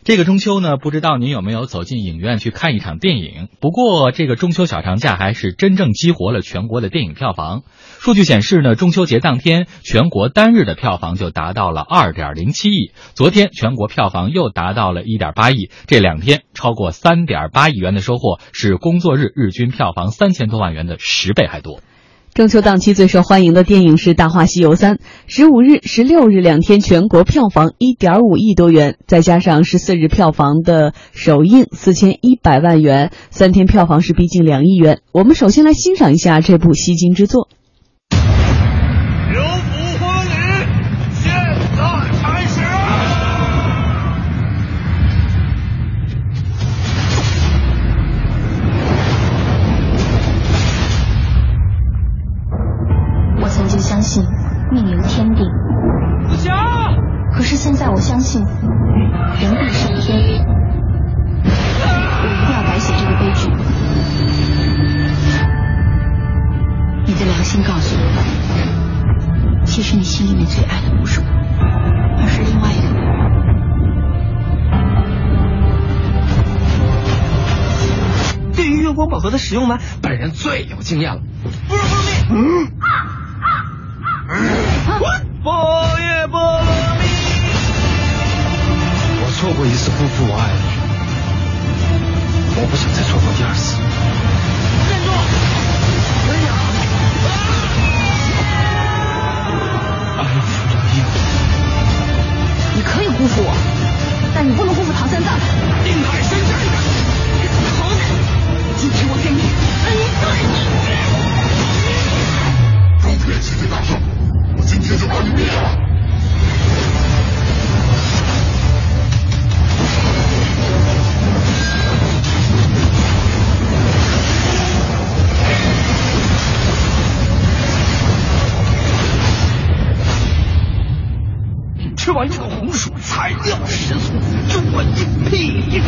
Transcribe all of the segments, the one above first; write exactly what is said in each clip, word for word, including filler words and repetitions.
这个中秋呢，不知道您有没有走进影院去看一场电影？不过这个中秋小长假还是真正激活了全国的电影票房。数据显示呢，中秋节当天全国单日的票房就达到了 二点零七亿，昨天全国票房又达到了 一点八亿，这两天超过 三点八亿元的收获，是工作日日均票房三千多万元的十倍还多。 中秋档期最受欢迎的电影是《大话西游三》，十五日、十六日两天全国票房 一点五亿多元，再加上十四日票房的首映四千一百万元，三天票房是逼近两亿元。我们首先来欣赏一下这部吸金之作。 刘府婚礼现在开始。 我曾经相信命由天定， 子霞， 可是现在我相信人定胜天。我一定要改写这个悲剧。你的良心告诉你，其实你心里面最爱的不是我，而是另外一个人。对于月光宝盒的使用呢，本人最有经验了。不是蜂蜜。嗯。波耶波罗蜜。我错过一次辜负我爱的人，我不想再错过第二次。站住！哎呀！爱抚了你。 你可以辜负我，但你不能辜负唐三藏。 定海神针！ 好的，今天我给你恩对。 都别齐天大圣，我今天就把你灭了。 吃完这个红薯，材料十足，就我一屁。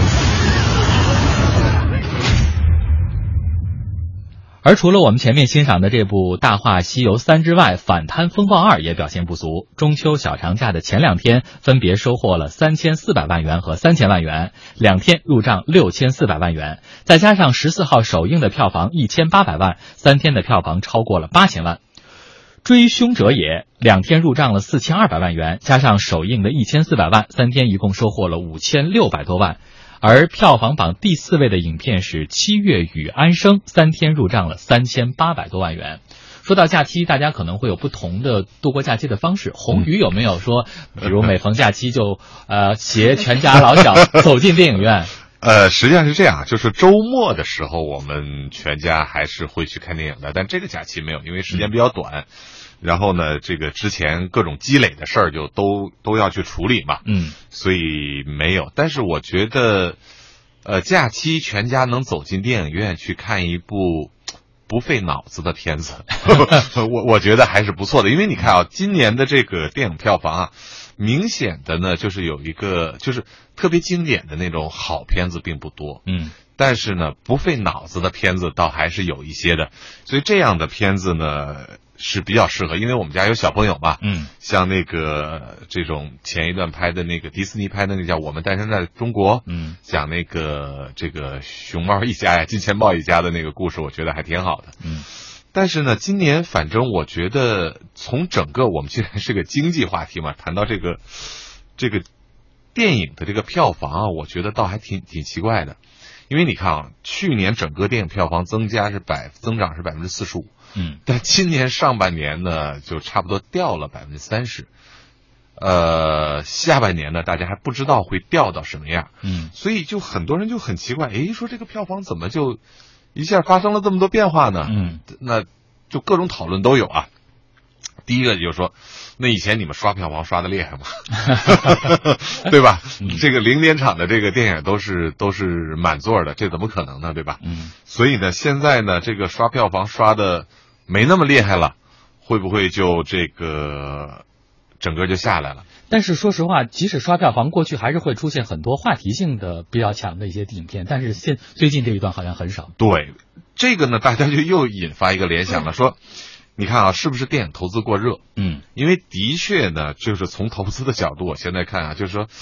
而除了我们前面欣赏的这部《大话西游三》之外，《反贪风暴二》也表现不俗。中秋小长假的前两天分别收获了三千四百万元和三千万元，两天入账六千四百万元，再加上十四号首映的票房一千八百万，三天的票房超过了八千万。追凶者也两天入账了四千二百万元，加上首映的一千四百万，三天一共收获了五千六百多万。而票房榜第四位的影片是《七月与安生》，三天入账了三千八百多万元。说到假期，大家可能会有不同的度过假期的方式。红宇有没有说，比如每逢假期就呃携全家老小走进电影院？ 呃，实际上是这样，就是周末的时候我们全家还是会去看电影的，但这个假期没有，因为时间比较短。嗯，然后呢，这个之前各种积累的事儿就都都要去处理嘛，嗯，所以没有。但是我觉得，呃，假期全家能走进电影院去看一部不费脑子的片子，我我觉得还是不错的。因为你看啊，今年的这个电影票房啊，明显的呢就是有一个就是特别经典的那种好片子并不多，嗯。但是呢，不费脑子的片子倒还是有一些的，所以这样的片子呢是比较适合，因为我们家有小朋友嘛，嗯，像那个这种前一段拍的那个迪士尼拍的那叫《我们诞生在中国》，嗯，讲那个这个熊猫一家呀、金钱豹一家的那个故事，我觉得还挺好的，嗯。但是呢，今年反正我觉得从整个我们既然是个经济话题嘛，谈到这个这个电影的这个票房啊，我觉得倒还挺挺奇怪的。因为你看啊，去年整个电影票房增加是百增长是百分之四十五，嗯，但今年上半年呢，就差不多掉了百分之三十，呃，下半年呢，大家还不知道会掉到什么样，嗯，所以就很多人就很奇怪，诶，说这个票房怎么就一下发生了这么多变化呢？嗯，那就各种讨论都有啊。第一个就是说，那以前你们刷票房刷的厉害吗？对吧？嗯、这个零点场的这个电影都是都是满座的，这怎么可能呢？对吧？嗯。所以呢，现在呢，这个刷票房刷的没那么厉害了，会不会就这个整个就下来了？ 但是说实话，即使刷票房，过去还是会出现很多话题性的比较强的一些影片，但是现最近这一段好像很少。 对，这个呢，大家就又引发一个联想了，说。你看啊，是不是电影投资过热？嗯，因为的确呢，就是从投资的角度，我现在看啊，就是说，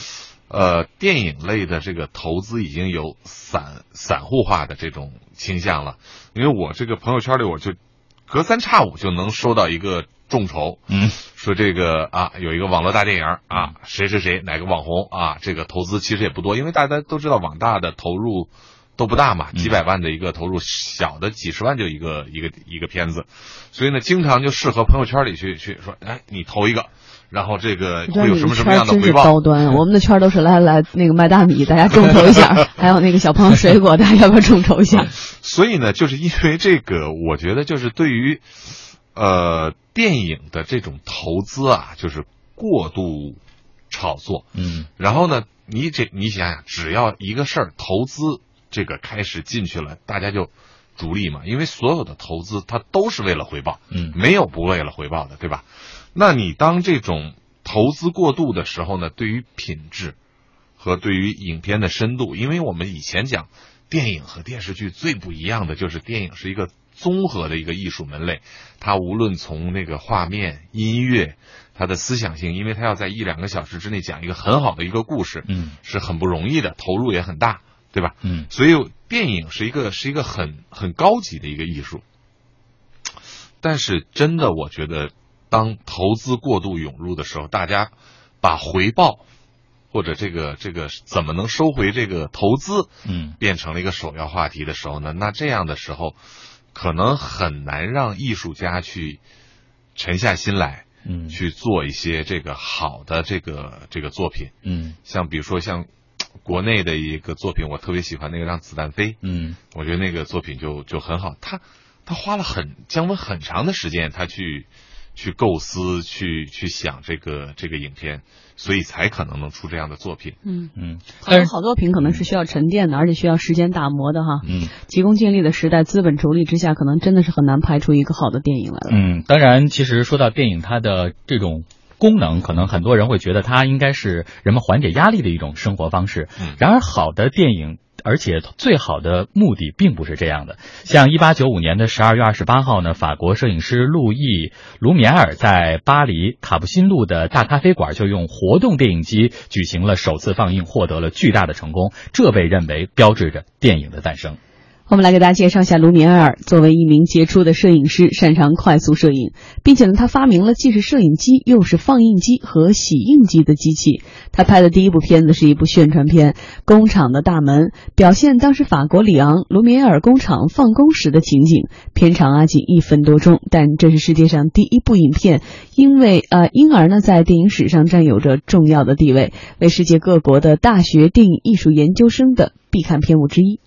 呃，电影类的这个投资已经有散散户化的这种倾向了。因为我这个朋友圈里，我就隔三差五就能收到一个众筹， 嗯， 说这个啊，有一个网络大电影啊，谁谁谁哪个网红啊，这个投资其实也不多，因为大家都知道网大的投入都不大嘛，几百万的一个投入，小的几十万就一个一个一个片子，所以呢，经常就适合朋友圈里去去说，哎，你投一个。然后这个会有什么什么样的回报？ 高端，我们的圈都是来来那个卖大米，大家众筹一下；还有那个小朋友水果，大家要不要众筹一下？ 所以呢，就是因为这个，我觉得就是对于呃电影的这种投资啊，就是过度炒作。 嗯， 然后呢，你这你想想，只要一个事儿投资这个开始进去了，大家就逐利嘛，因为所有的投资它都是为了回报， 嗯， 没有不为了回报的，对吧？那你当这种投资过度的时候呢，对于品质和对于影片的深度，因为我们以前讲电影和电视剧最不一样的就是电影是一个综合的一个艺术门类，它无论从那个画面、音乐，它的思想性，因为它要在一两个小时之内讲一个很好的一个故事， 嗯， 是很不容易的，投入也很大，对吧？ 嗯， 所以电影是一个是一个很很高级的一个艺术，但是真的我觉得。当投资过度涌入的时候，大家把回报或者这个这个怎么能收回这个投资， 嗯， 变成了一个首要话题的时候呢，那这样的时候，可能很难让艺术家去沉下心来， 嗯， 去做一些这个好的这个这个作品， 嗯， 像比如说像国内的一个作品，我特别喜欢那个《让子弹飞》， 嗯， 我觉得那个作品就就很好，他他花了很将近很长的时间，他去。去构思，去去想这个这个影片，所以才可能能出这样的作品。 嗯嗯， 但是好作品可能是需要沉淀的，而且需要时间打磨的哈。 嗯， 急功近利的时代，资本逐利之下，可能真的是很难拍出一个好的电影来了。 嗯，当然，其实说到电影，它的这种功能，可能很多人会觉得它应该是人们缓解压力的一种生活方式。 嗯， 然而，好的电影。而且最好的目的并不是这样的。像一八九五年的十二月二十八号呢，法国摄影师路易·卢米埃尔在巴黎卡布辛路的大咖啡馆就用活动电影机举行了首次放映，获得了巨大的成功，这被认为标志着电影的诞生。 我们来给大家介绍一下卢米埃尔。作为一名杰出的摄影师，擅长快速摄影，并且呢，他发明了既是摄影机又是放映机和洗印机的机器。他拍的第一部片子是一部宣传片《工厂的大门》，表现当时法国里昂卢米埃尔工厂放工时的情景。片长啊仅一分多钟，但这是世界上第一部影片，因为呃因而呢在电影史上占有着重要的地位，为世界各国的大学电影艺术研究生的必看片目之一。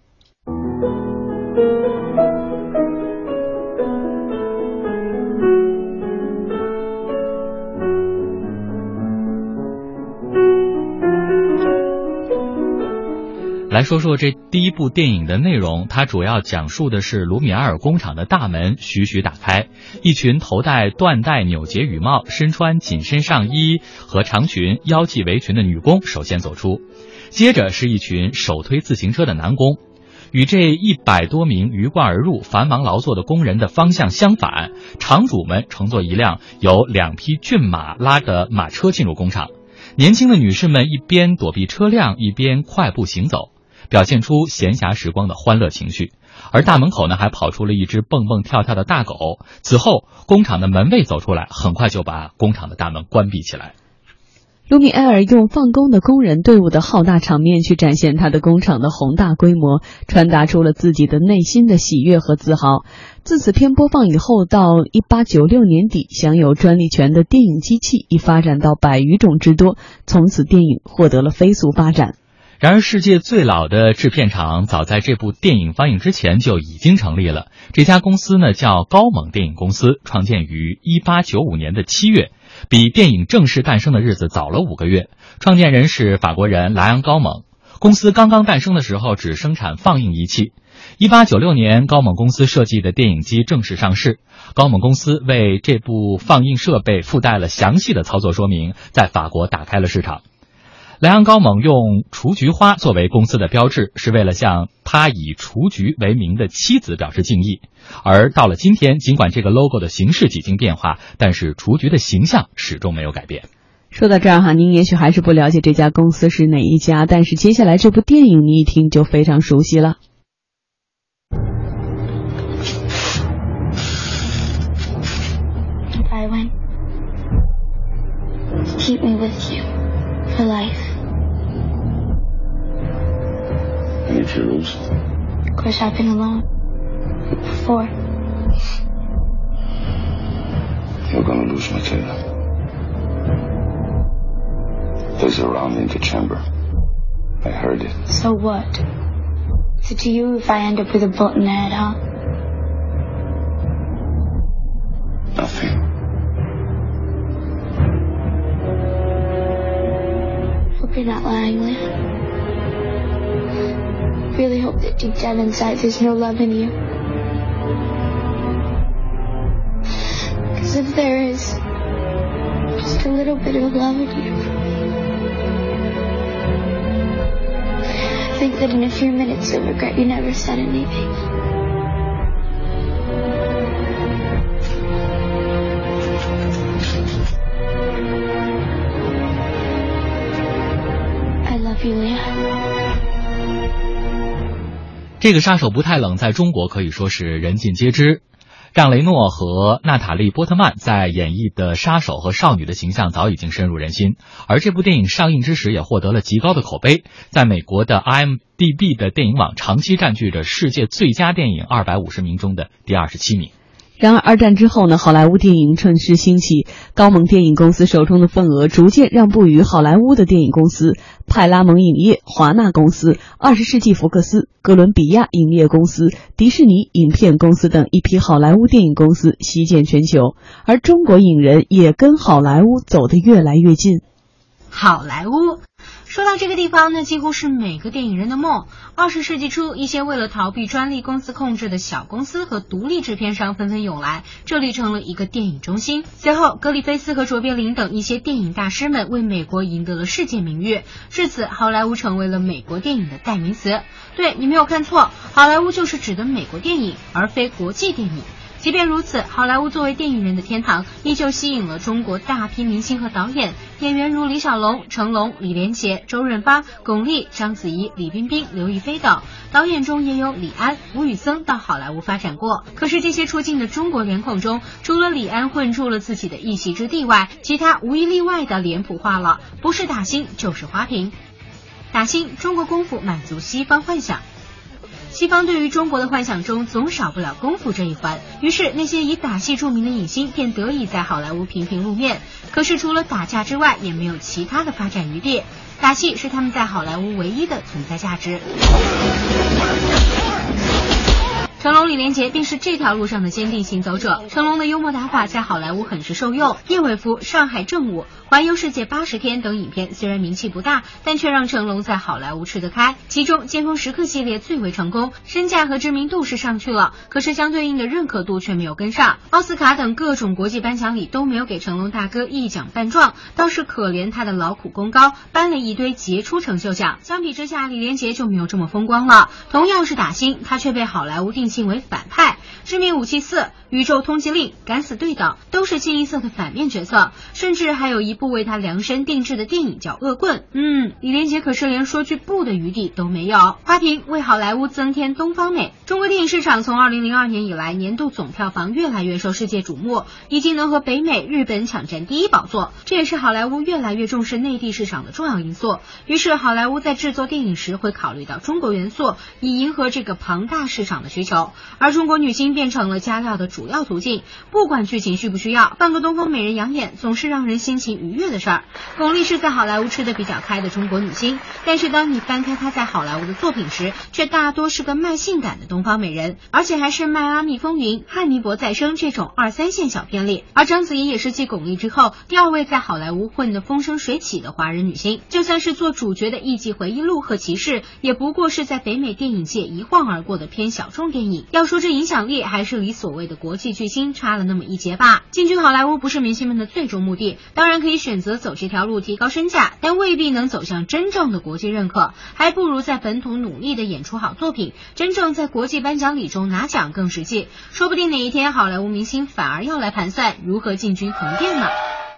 来说说这第一部电影的内容，它主要讲述的是卢米埃尔工厂的大门徐徐打开，一群头戴缎带纽结羽帽、身穿紧身上衣和长裙、腰系围裙的女工首先走出，接着是一群手推自行车的男工。与这一百多名鱼贯而入、繁忙劳作的工人的方向相反，厂主们乘坐一辆由两匹骏马拉的马车进入工厂，年轻的女士们一边躲避车辆，一边快步行走，表现出闲暇时光的欢乐情绪。而大门口呢，还跑出了一只蹦蹦跳跳的大狗。此后，工厂的门卫走出来，很快就把工厂的大门关闭起来。 卢米埃尔用放工的工人队伍的浩大场面去展现他的工厂的宏大规模，传达出了自己的内心的喜悦和自豪。自此片播放以后，到一八九六年底，享有专利权的电影机器已发展到百余种之多，从此电影获得了飞速发展。 然而，世界最老的制片厂早在这部电影放映之前就已经成立了。这家公司呢叫高蒙电影公司，创建于一八九五年的七月，比电影正式诞生的日子早了五个月。创建人是法国人莱昂高蒙。公司刚刚诞生的时候只生产放映仪器。一八九六年，高蒙公司设计的电影机正式上市。高蒙公司为这部放映设备附带了详细的操作说明，在法国打开了市场。莱昂高蒙用雏菊花作为公司的标志，是为了向他以雏菊为名的妻子表示敬意。而到了今天，尽管这个 logo 的形式几经变化，但是雏菊的形象始终没有改变。 说到这儿哈，您也许还是不了解这家公司是哪一家，但是接下来这部电影你一听就非常熟悉了。 If I win, keep me with you for life. And if you lose? Of course, I've been alone before. You're gonna lose, Matilda. There's a round in the chamber. I heard it. So what? It's up to you if I end up with a bullet in the head, huh? Nothing. Hope you're not lying, Leah. Really hope that deep down inside there's no love in you. Because if there is, just a little bit of love in you, I think that in a few minutes you'll regret you never said anything. I love you, Leah. 这个杀手不太冷在中国可以说是人尽皆知。让雷诺和娜塔莉波特曼在演绎的杀手和少女的形象早已经深入人心，而这部电影上映之时也获得了极高的口碑，在美国的 I M D B 的电影网长期占据着世界最佳电影二百五十名中的第二十七名。 然而二战之后呢，好莱坞电影趁势兴起，高蒙电影公司手中的份额逐渐让步于好莱坞的电影公司，派拉蒙影业、华纳公司、二十世纪福克斯、哥伦比亚影业公司、迪士尼影片公司等一批好莱坞电影公司席卷全球，而中国影人也跟好莱坞走得越来越近。 好莱坞说到这个地方呢，几乎是每个电影人的梦。二十世纪初，一些为了逃避专利公司控制的小公司和独立制片商纷纷涌来，这里成了一个电影中心。随后，格里菲斯和卓别林等一些电影大师们为美国赢得了世界名誉，至此，好莱坞成为了美国电影的代名词。对，你没有看错，好莱坞就是指的美国电影，而非国际电影。即便如此，好莱坞作为电影人的天堂，依旧吸引了中国大批明星和导演。演员如李小龙、成龙、李连杰、周润发、巩俐、章子怡、李冰冰、刘亦菲等，导演中也有李安、吴宇森到好莱坞发展过。可是这些出镜的中国脸孔中，除了李安混出了自己的一席之地外，其他无一例外的脸谱化了，不是打星就是花瓶。打星，中国功夫满足西方幻想。西方对于中国的幻想中总少不了功夫这一环，于是那些以打戏著名的影星便得以在好莱坞频频露面。可是除了打架之外，也没有其他的发展余地，打戏是他们在好莱坞唯一的存在价值。成龙、李连杰便是这条路上的坚定行走者。成龙的幽默打法在好莱坞很是受用，《叶伟夫》、《上海正午》、《环游世界八十天》等影片虽然名气不大，但却让成龙在好莱坞吃得开。其中《尖峰时刻》系列最为成功，身价和知名度是上去了，可是相对应的认可度却没有跟上。奥斯卡等各种国际颁奖礼都没有给成龙大哥一奖半状，倒是可怜他的劳苦功高，颁了一堆杰出成就奖。相比之下，李连杰就没有这么风光了。同样是打星，他却被好莱坞定性为反派。致命武器四、宇宙通缉令、敢死队等都是清一色的反面角色，甚至还有一部为他量身定制的电影叫《恶棍》。嗯，李连杰可是连说句不的余地都没有。花瓶为好莱坞增添东方美。中国电影市场从二零零二年以来，年度总票房越来越受世界瞩目，已经能和北美、日本抢占第一宝座。这也是好莱坞越来越重视内地市场的重要因素。于是好莱坞在制作电影时会考虑到中国元素，以迎合这个庞大市场的需求。而中国女星变成了加料的主要途径，不管剧情需不需要，放个东方美人养眼总是让人心情愉悦的事儿。巩俐是在好莱坞吃得比较开的中国女星，但是当你翻开她在好莱坞的作品时，却大多是个卖性感的东方美人，而且还是迈阿密风云、汉尼伯再生这种二三线小片里。而章子怡也是继巩俐之后第二位在好莱坞混得风生水起的华人女星，就算是做主角的《艺伎回忆录》和《骑士》，也不过是在北美电影界一晃而过的偏小众电影。要说这影响力，还是离所谓的国际巨星差了那么一截吧。进军好莱坞不是明星们的最终目的，当然可以选择走这条路提高身价，但未必能走向真正的国际认可，还不如在本土努力的演出好作品，真正在国际颁奖礼中拿奖更实际。说不定哪一天好莱坞明星反而要来盘算如何进军横店呢。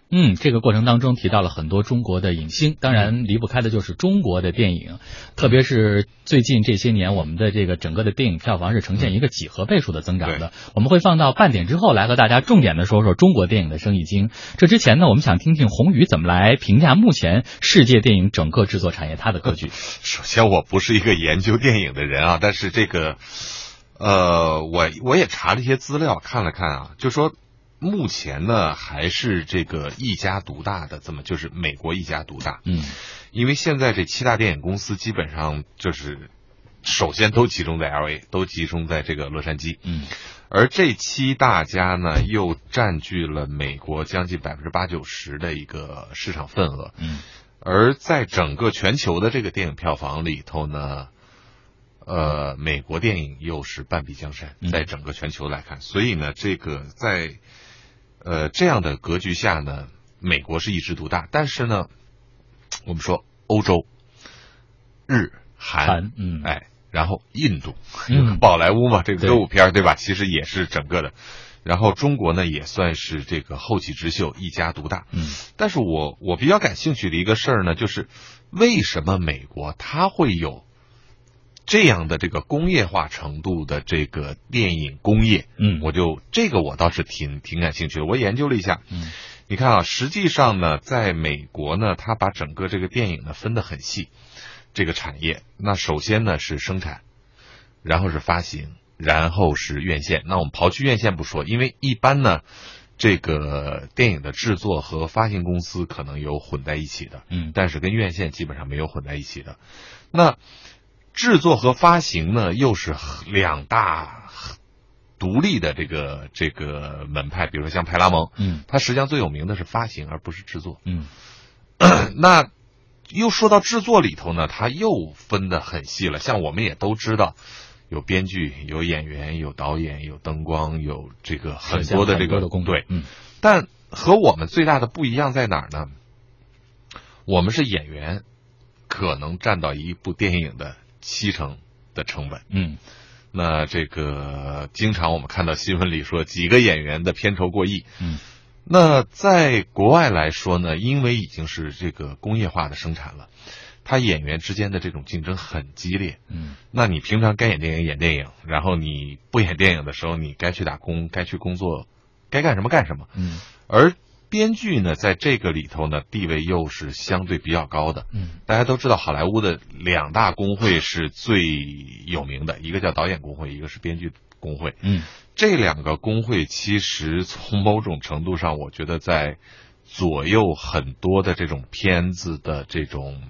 嗯，这个过程当中提到了很多中国的影星，当然离不开的就是中国的电影，特别是最近这些年，我们的这个整个的电影票房是呈现一个几何倍数的增长的。我们会放到半点之后来和大家重点的说说中国电影的生意经。这之前呢，我们想听听宏宇怎么来评价目前世界电影整个制作产业它的格局。 首先，我不是一个研究电影的人啊，但是这个，呃，我我也查了一些资料，看了看啊，就说。目前呢，还是这个一家独大的，这么就是美国一家独大。 嗯， 因为现在这七大电影公司基本上就是，首先都集中在 L A， 都集中在这个洛杉矶。 嗯， 而这七大家呢，又占据了美国将近百分之八九十的一个市场份额。 嗯， 而在整个全球的这个电影票房里头呢。呃，美国电影又是半壁江山，在整个全球来看，所以呢，这个在呃这样的格局下呢，美国是一枝独大，但是呢，我们说欧洲、日韩， 嗯， 哎，然后印度， 嗯， 宝莱坞嘛，这个歌舞片对吧？其实也是整个的，然后中国呢也算是这个后起之秀，一家独大。 嗯， 但是我我比较感兴趣的一个事儿呢，就是为什么美国它会有这样的这个工业化程度的这个电影工业， 嗯， 我就这个我倒是挺挺感兴趣的。我研究了一下， 嗯， 你看啊，实际上呢，在美国呢，它把整个这个电影呢分得很细，这个产业，那首先呢是生产，然后是发行，然后是院线。那我们刨去院线不说，因为一般呢，这个电影的制作和发行公司可能有混在一起的， 嗯， 但是跟院线基本上没有混在一起的。那制作和发行呢，又是两大独立的这个这个门派。比如说像派拉蒙， 嗯， 它实际上最有名的是发行，而不是制作。 嗯， 那又说到制作里头呢，它又分得很细了。像我们也都知道，有编剧、有演员、有导演、有灯光、有这个很多的这个工对， 嗯， 但和我们最大的不一样在哪儿呢？我们是演员，可能占到一部电影的七成的成本， 嗯， 那这个经常我们看到新闻里说几个演员的片酬过亿， 嗯， 那在国外来说呢，因为已经是这个工业化的生产了，他演员之间的这种竞争很激烈， 嗯， 那你平常该演电影演电影，然后你不演电影的时候，你该去打工，该去工作，该干什么干什么， 嗯， 而编剧呢，在这个里头呢，地位又是相对比较高的。 嗯， 大家都知道，好莱坞的两大工会是最有名的，一个叫导演工会，一个是编剧工会。 嗯， 这两个工会其实从某种程度上，我觉得在左右很多的这种片子的这种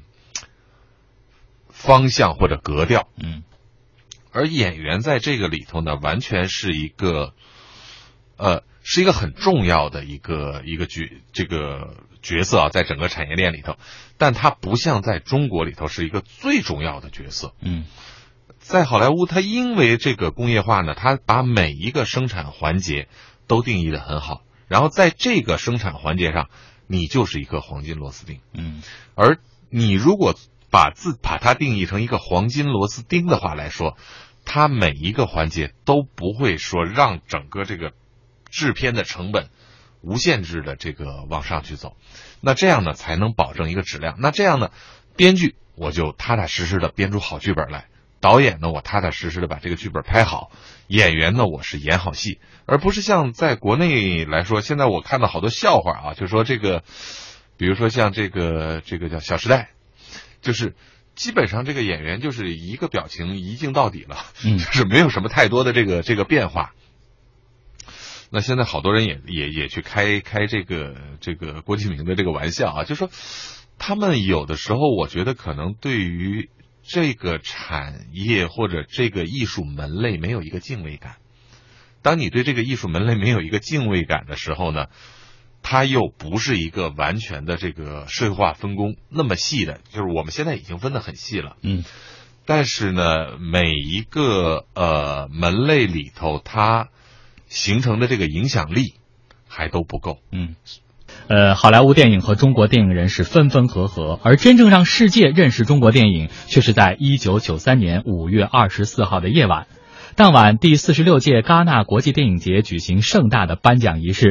方向或者格调。 嗯， 而演员在这个里头呢，完全是一个呃。是一个很重要的一个一个角这个角色啊，在整个产业链里头，但它不像在中国里头是一个最重要的角色。 嗯， 在好莱坞，它因为这个工业化呢，它把每一个生产环节都定义得很好，然后在这个生产环节上，你就是一个黄金螺丝钉。 嗯， 而你如果把自把它定义成一个黄金螺丝钉的话来说，它每一个环节都不会说让整个这个制片的成本无限制的这个往上去走，那这样呢才能保证一个质量。那这样呢，编剧我就踏踏实实的编出好剧本来，导演呢我踏踏实实的把这个剧本拍好，演员呢我是演好戏，而不是像在国内来说，现在我看到好多笑话啊，就说这个，比如说像这个这个叫《小时代》，就是基本上这个演员就是一个表情一镜到底了， 嗯， 就是没有什么太多的这个这个变化。那现在好多人也也也去开开这个这个郭敬明的这个玩笑啊，就说他们有的时候我觉得可能对于这个产业或者这个艺术门类没有一个敬畏感。当你对这个艺术门类没有一个敬畏感的时候呢，它又不是一个完全的这个社会化分工那么细的，就是我们现在已经分得很细了。 嗯， 但是呢，每一个呃门类里头它形成的这个影响力还都不够。 嗯，呃，好莱坞电影和中国电影人是分分合合，而真正让世界认识中国电影，却是在一九九三年五月二十四号的夜晚。当晚，第四十六届戛纳国际电影节举行盛大的颁奖仪式。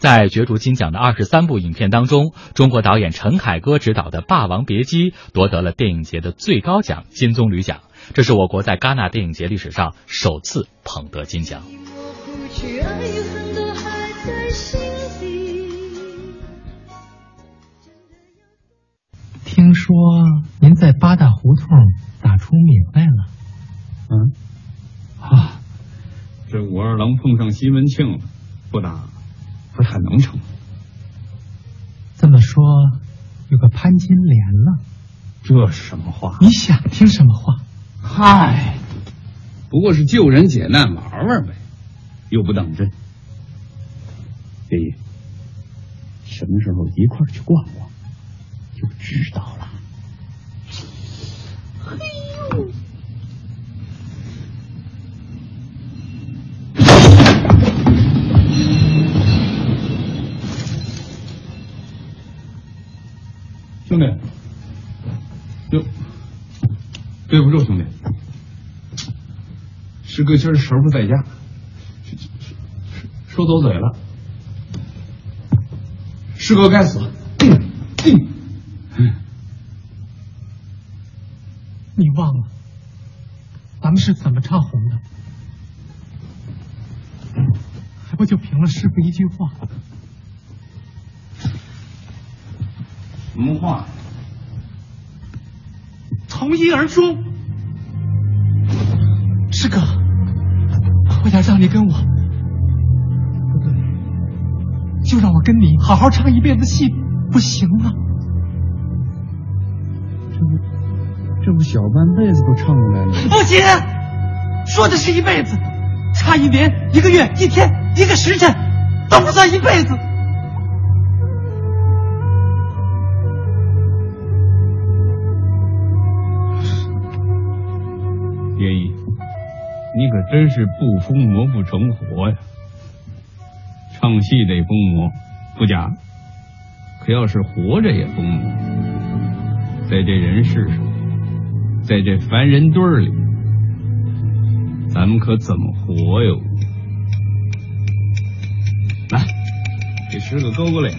在角逐金奖的二十三部影片当中，中国导演陈凯歌执导的《霸王别姬》夺得了电影节的最高奖金棕榈奖，这是我国在戛纳电影节历史上首次捧得金奖。 听说您在八大胡同打出名来了。 嗯，啊，这武二郎碰上西门庆了，不打不太能成。 这么说，有个潘金莲了？ 这是什么话？ 你想听什么话？ 嗨，不过是救人解难玩玩呗，又不当真。爷爷，什么时候一块儿去逛逛，就知道了。嘿呦！兄弟，哟，对不住，兄弟，师哥今儿神不在家，说走嘴了。师哥该死。 你忘了，咱们是怎么唱红的？还不就凭了师傅一句话？ 什么话？ 从一而终。师哥，我要让你跟我，不对，就让我跟你好好唱一辈子戏，不行吗？ 这不，这不小半辈子都唱过来了。 不行，说的是一辈子，差一年、一个月、一天、一个时辰，都不算一辈子。 爷爷，你可真是不疯魔不成活呀！唱戏得疯魔，不假，可要是活着也疯魔。在这人世上，在这凡人堆儿里，咱们可怎么活哟？来，给师哥勾勾脸。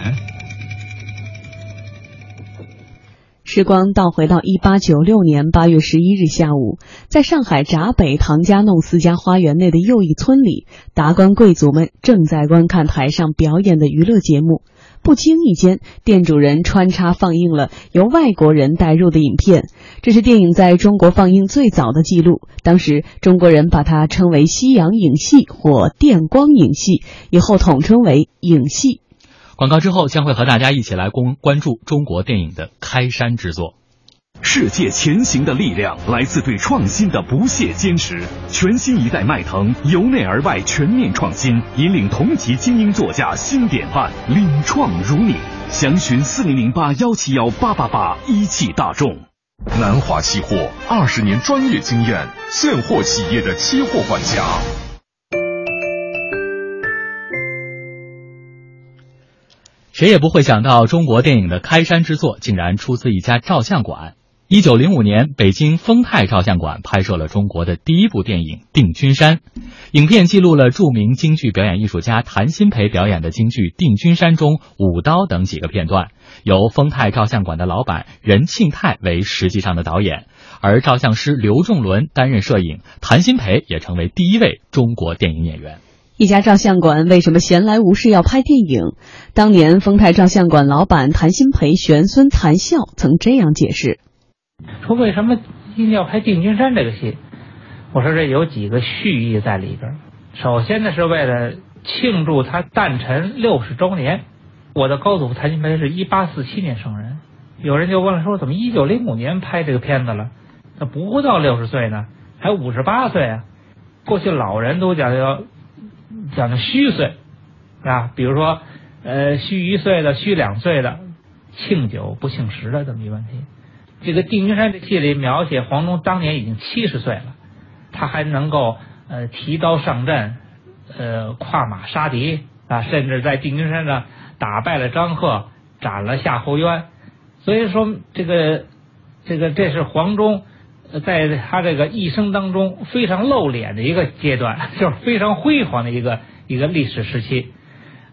时光倒回到一八九六年八月十一日下午，在上海闸北唐家弄私家花园内的又一村里，达官贵族们正在观看台上表演的娱乐节目。不经意间，店主人穿插放映了由外国人带入的影片，这是电影在中国放映最早的记录。当时中国人把它称为西洋影戏或电光影戏，以后统称为影戏。 广告之后将会和大家一起来关关注中国电影的开山之作。 世界前行的力量来自对创新的不懈坚持。全新一代迈腾由内而外全面创新，引领同级精英作家新典范，领创如你。详询四零零八幺七幺八八八，一汽大众。 南华期货二十年专业经验，现货企业的期货管家。 谁也不会想到，中国电影的开山之作竟然出自一家照相馆。一九零五年，北京丰泰照相馆拍摄了中国的第一部电影《定军山》。影片记录了著名京剧表演艺术家谭鑫培表演的京剧《定军山》中舞刀等几个片段，由丰泰照相馆的老板任庆泰为实际上的导演，而照相师刘仲伦担任摄影，谭鑫培也成为第一位中国电影演员。 一家照相馆为什么闲来无事要拍电影？当年丰泰照相馆老板谭鑫培玄孙谭笑曾这样解释： 说为什么一定要拍《定军山》这个戏？我说这有几个蓄意在里边。首先呢，是为了庆祝他诞辰六十周年。我的高祖谭鑫培是一八四七年生人，有人就问了，说怎么一九零五年拍这个片子了？他不到六十岁呢，还五十八岁啊！过去老人都讲究讲究虚岁啊，比如说呃虚一岁的、虚两岁的，庆九不庆十的这么一问题。这个《定军山》这戏里描写黄忠当年已经七十岁了，他还能够呃提刀上阵，呃跨马杀敌啊，甚至在定军山上打败了张贺，斩了夏侯渊。所以说这个这个这是黄忠在他这个一生当中非常露脸的一个阶段，就是非常辉煌的一个一个历史时期。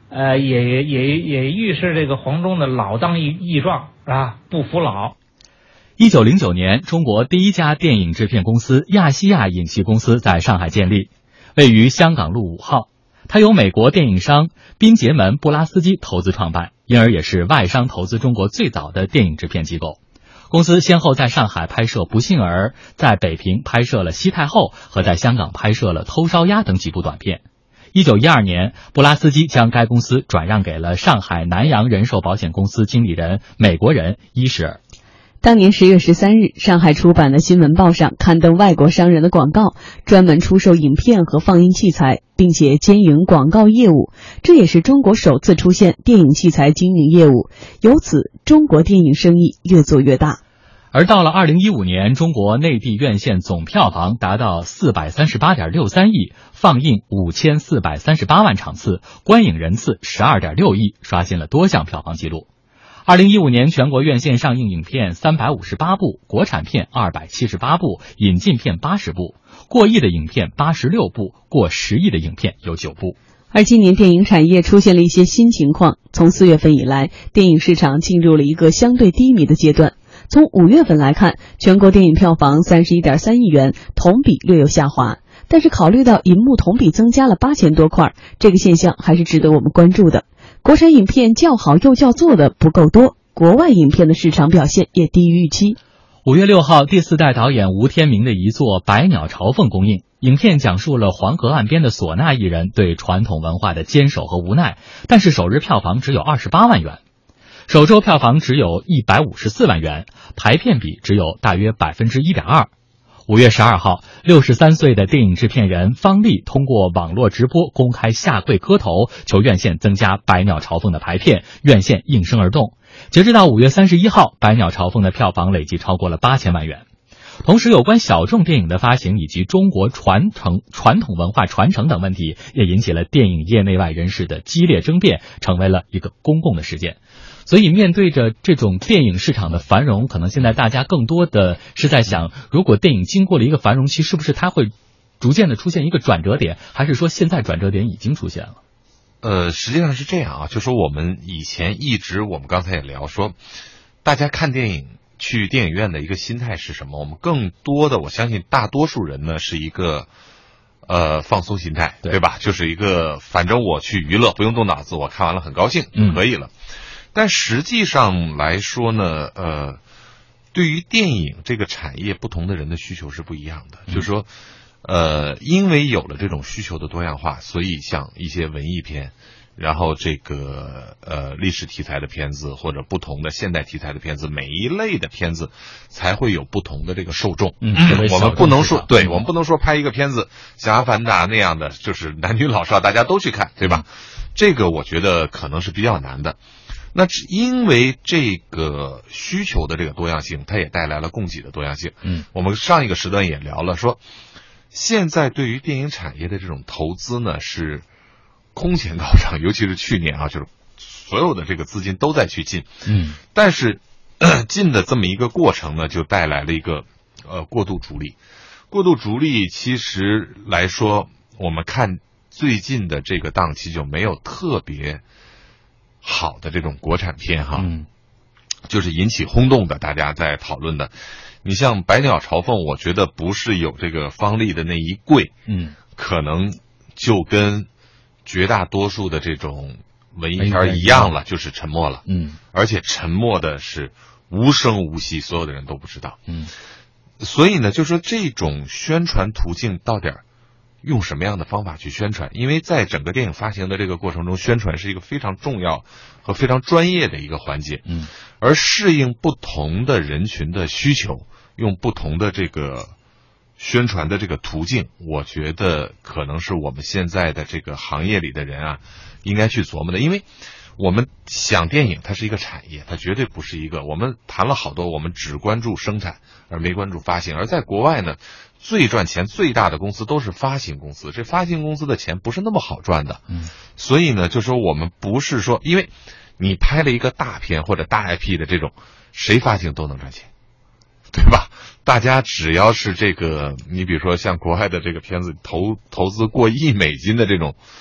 呃，也也也预示这个黄忠的老当益益壮啊，不服老。 一九零九年，中国第一家电影制片公司亚细亚影戏公司在上海建立，位于香港路五号。它由美国电影商宾杰门·布拉斯基投资创办，因而也是外商投资中国最早的电影制片机构。公司先后在上海拍摄《不幸儿》，在北平拍摄了《西太后》和在香港拍摄了《偷烧鸭》等几部短片。一九一二年，布拉斯基将该公司转让给了上海南洋人寿保险公司经理人美国人伊什尔。 当年十月十三日，上海出版的新闻报上刊登外国商人的广告，专门出售影片和放映器材，并且兼营广告业务。这也是中国首次出现电影器材经营业务，由此中国电影生意越做越大。 而到了二零一五年，中国内地院线总票房达到四百三十八点六三亿，放映五千四百三十八万场次，观影人次十二点六亿，刷新了多项票房纪录。二零一五年全国院线上映影片三百五十八部，国产片二百七十八部，引进片八十部，过亿的影片八十六部，过十亿的影片有九部。 而今年电影产业出现了一些新情况，从四月份以来，电影市场进入了一个相对低迷的阶段。从五月份来看，全国电影票房三十一点三亿元，同比略有下滑。但是考虑到银幕同比增加了八千多块，这个现象还是值得我们关注的。国产影片叫好又叫座的不够多，国外影片的市场表现也低于预期。 五月六号，第四代导演吴天明的遗作《百鸟朝凤》公映。影片讲述了黄河岸边的唢呐艺人对传统文化的坚守和无奈，但是首日票房只有二十八万元，首周票房只有一百五十四万元，排片比只有大约百分之一点二。五月十二号，六十三岁的电影制片人方丽通过网络直播公开下跪磕头，求院线增加《百鸟朝凤》的排片，院线应声而动。截止到五月三十一号，《百鸟朝凤》的票房累计超过了八千万元。同时，有关小众电影的发行以及中国传承传统文化传承等问题，也引起了电影业内外人士的激烈争辩，成为了一个公共的事件。所以面对着这种电影市场的繁荣，可能现在大家更多的是在想，如果电影经过了一个繁荣期，是不是它会逐渐的出现一个转折点，还是说现在转折点已经出现了？ 呃，实际上是这样啊，就说我们以前一直，我们刚才也聊说，大家看电影去电影院的一个心态是什么？我们更多的，我相信大多数人呢是一个呃放松心态， 对, 对吧？就是一个反正我去娱乐，不用动脑子，我看完了很高兴， 嗯， 可以了。但实际上来说呢，呃，对于电影这个产业，不同的人的需求是不一样的。嗯、就是说，呃，因为有了这种需求的多样化，所以像一些文艺片，然后这个呃历史题材的片子，或者不同的现代题材的片子，每一类的片子才会有不同的这个受众。 嗯， 我们不能说，对我们不能说拍一个片子像《阿凡达》那样的，就是男女老少大家都去看，对吧？这个我觉得可能是比较难的。那因为这个需求的这个多样性，它也带来了供给的多样性。 嗯， 我们上一个时段也聊了，说现在对于电影产业的这种投资呢是空前高涨，尤其是去年啊，就是所有的这个资金都在去进。 嗯， 但是进的这么一个过程呢，就带来了一个呃过度逐利。过度逐利其实来说，我们看最近的这个档期就没有特别好的这种国产片哈， 嗯， 就是引起轰动的，大家在讨论的。你像《百鸟朝凤》，我觉得不是有这个方丽的那一跪， 嗯， 可能就跟绝大多数的这种文艺片一样了，就是沉默了， 嗯， 而且沉默的是无声无息，所有的人都不知道， 嗯， 所以呢，就说这种宣传途径到底用什么样的方法去宣传？因为在整个电影发行的这个过程中，宣传是一个非常重要和非常专业的一个环节。 嗯， 而适应不同的人群的需求，用不同的这个宣传的这个途径，我觉得可能是我们现在的这个行业里的人啊，应该去琢磨的。因为我们想电影它是一个产业，它绝对不是一个，我们谈了好多，我们只关注生产而没关注发行。而在国外呢，最赚钱最大的公司都是发行公司，这发行公司的钱不是那么好赚的。 嗯， 所以呢，就说我们不是说，因为你拍了一个大片或者大 I P 的这种，谁发行都能赚钱，对吧？大家只要是这个，你比如说像国外的这个片子投投资过亿美金的这种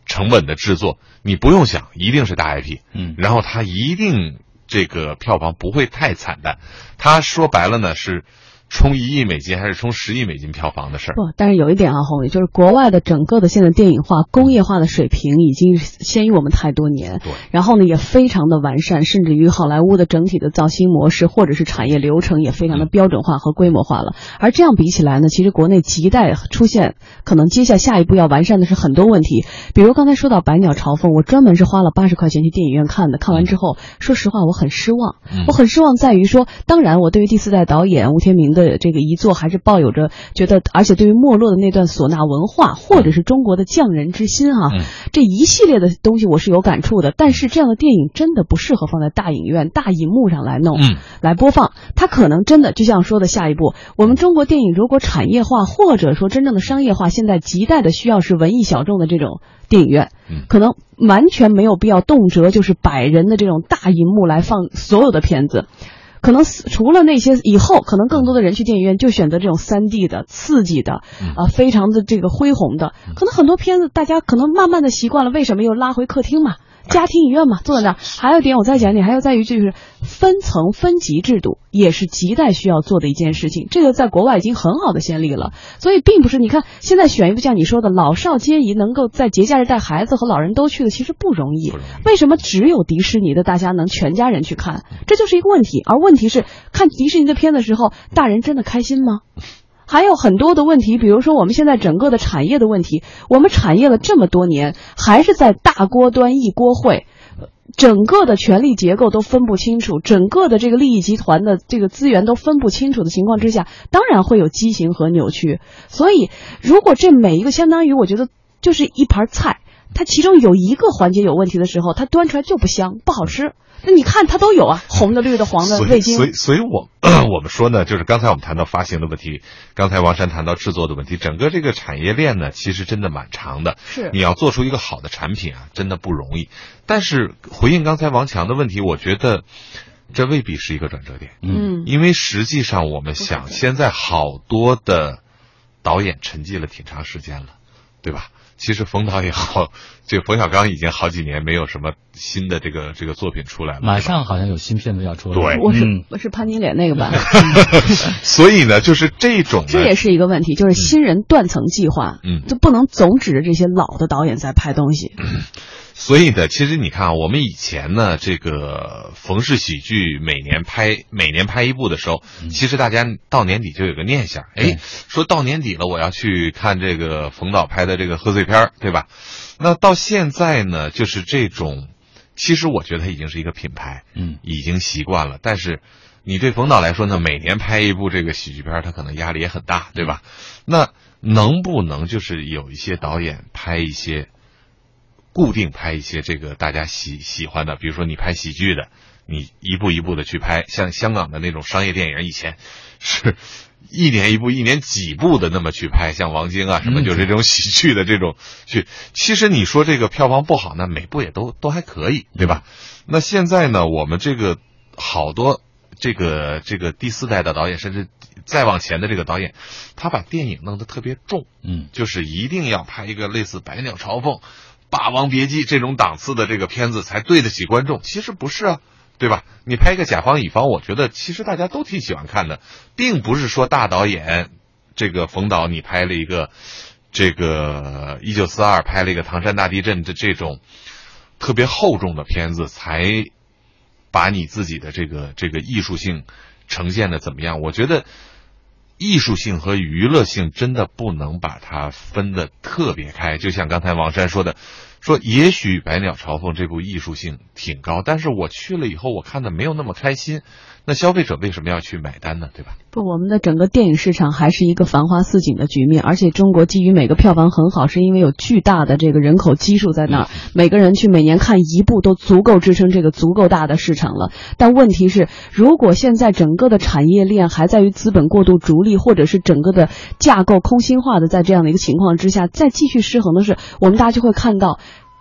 成本的制作，你不用想，一定是大 I P， 嗯， 然后它一定这个票房不会太惨淡。它说白了呢是冲一亿美金还是冲十亿美金票房的事儿。 不，但是有一点啊，宏宇，就是国外的整个的现在电影化、工业化的水平已经先于我们太多年， 对， 然后呢也非常的完善，甚至于好莱坞的整体的造星模式或者是产业流程也非常的标准化和规模化了。而这样比起来呢，其实国内亟待出现可能接下下一步要完善的是很多问题，比如刚才说到《百鸟朝凤》，我专门是花了八十块钱去电影院看的，看完之后，说实话我很失望， 嗯、 我很失望在于说，当然我对于第四代导演吴天明的这个遗作还是抱有着觉得，而且对于没落的那段唢呐文化或者是中国的匠人之心啊， 嗯、 这一系列的东西我是有感触的。但是这样的电影真的不适合放在大影院、大荧幕上来弄、 嗯、 来播放。它可能真的就像说的下一步，我们中国电影如果产业化或者说真正的商业化，现在亟待的需要是文艺小众的这种电影院，可能完全没有必要动辄就是百人的这种大荧幕来放所有的片子。可能除了那些以后，可能更多的人去电影院就选择这种 三 D 的、刺激的，啊、呃，非常的这个恢宏的。可能很多片子大家可能慢慢的习惯了，为什么又拉回客厅嘛？家庭影院嘛，坐在那儿。还有一点我再讲一点，还有在于就是分层分级制度也是亟待需要做的一件事情，这个在国外已经很好的先例了。所以并不是你看现在选一部像你说的老少皆宜，能够在节假日带孩子和老人都去的，其实不容易。为什么只有迪士尼的大家能全家人去看？这就是一个问题。而问题是看迪士尼的片的时候，大人真的开心吗？还有很多的问题，比如说我们现在整个的产业的问题，我们产业了这么多年，还是在大锅端一锅烩，整个的权力结构都分不清楚，整个的这个利益集团的这个资源都分不清楚的情况之下，当然会有畸形和扭曲。所以如果这每一个相当于我觉得就是一盘菜，它其中有一个环节有问题的时候，它端出来就不香不好吃。那你看它都有啊，红的、绿的、黄的、味精。 所以，所以我我们说呢，就是刚才我们谈到发行的问题，刚才王珊谈到制作的问题，整个这个产业链呢，其实真的蛮长的。 是， 你要做出一个好的产品啊，真的不容易。但是回应刚才王强的问题，我觉得这未必是一个转折点。 嗯， 因为实际上我们想，现在好多的导演沉寂了挺长时间了，对吧？其实冯导也好，这个冯小刚已经好几年没有什么新的这个这个作品出来了， 马上好像有新片子要出来。 对， 我是、 嗯、 我是潘金莲那个吧。 所以呢，就是这种呢， 这也是一个问题，就是新人断层计划， 嗯， 就不能总指着这些老的导演在拍东西。 嗯，所以呢，其实你看啊，我们以前呢，这个冯氏喜剧每年拍每年拍一部的时候， 嗯、 其实大家到年底就有个念想，哎，说到年底了，我要去看这个冯导拍的这个贺岁片，对吧？那到现在呢，就是这种，其实我觉得它已经是一个品牌， 嗯， 已经习惯了。但是你对冯导来说呢，每年拍一部这个喜剧片，他可能压力也很大，对吧？那能不能就是有一些导演拍一些固定拍一些这个大家喜喜欢的，比如说你拍喜剧的，你一步一步的去拍，像香港的那种商业电影，以前是一年一部、一年几部的那么去拍，像王晶啊什么，就是这种喜剧的这种去。其实你说这个票房不好呢，每部也都都还可以，对吧？那现在呢，我们这个好多这个这个第四代的导演，甚至再往前的这个导演，他把电影弄得特别重， 嗯， 就是一定要拍一个类似《百鸟朝凤》《霸王别姬》这种档次的这个片子才对得起观众。其实不是啊，对吧？你拍一个甲方乙方，我觉得其实大家都挺喜欢看的，并不是说大导演这个冯导你拍了一个这个一九四二，拍了一个唐山大地震的这种特别厚重的片子，才把你自己的这个这个艺术性呈现的怎么样？我觉得艺术性和娱乐性真的不能把它分得特别开。就像刚才王珊说的，说也许《百鸟朝凤》这部艺术性挺高，但是我去了以后，我看的没有那么开心。那消费者为什么要去买单呢？对吧？ 不，我们的整个电影市场还是一个繁花似锦的局面，而且中国基于每个票房很好，是因为有巨大的这个人口基数在那儿，嗯、每个人去每年看一部都足够支撑这个足够大的市场了。但问题是，如果现在整个的产业链还在于资本过度逐利，或者是整个的架构空心化的，在这样的一个情况之下，再继续失衡的是，我们大家就会看到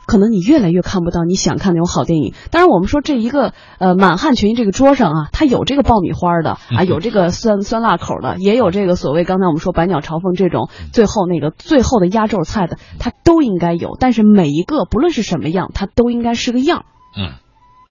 可能你越来越看不到你想看那种好电影。当然我们说这一个呃满汉全席这个桌上啊，它有这个爆米花的啊，有这个酸酸辣口的，也有这个所谓刚才我们说百鸟朝凤这种最后那个最后的压轴菜的，它都应该有。但是每一个不论是什么样，它都应该是个样。 嗯。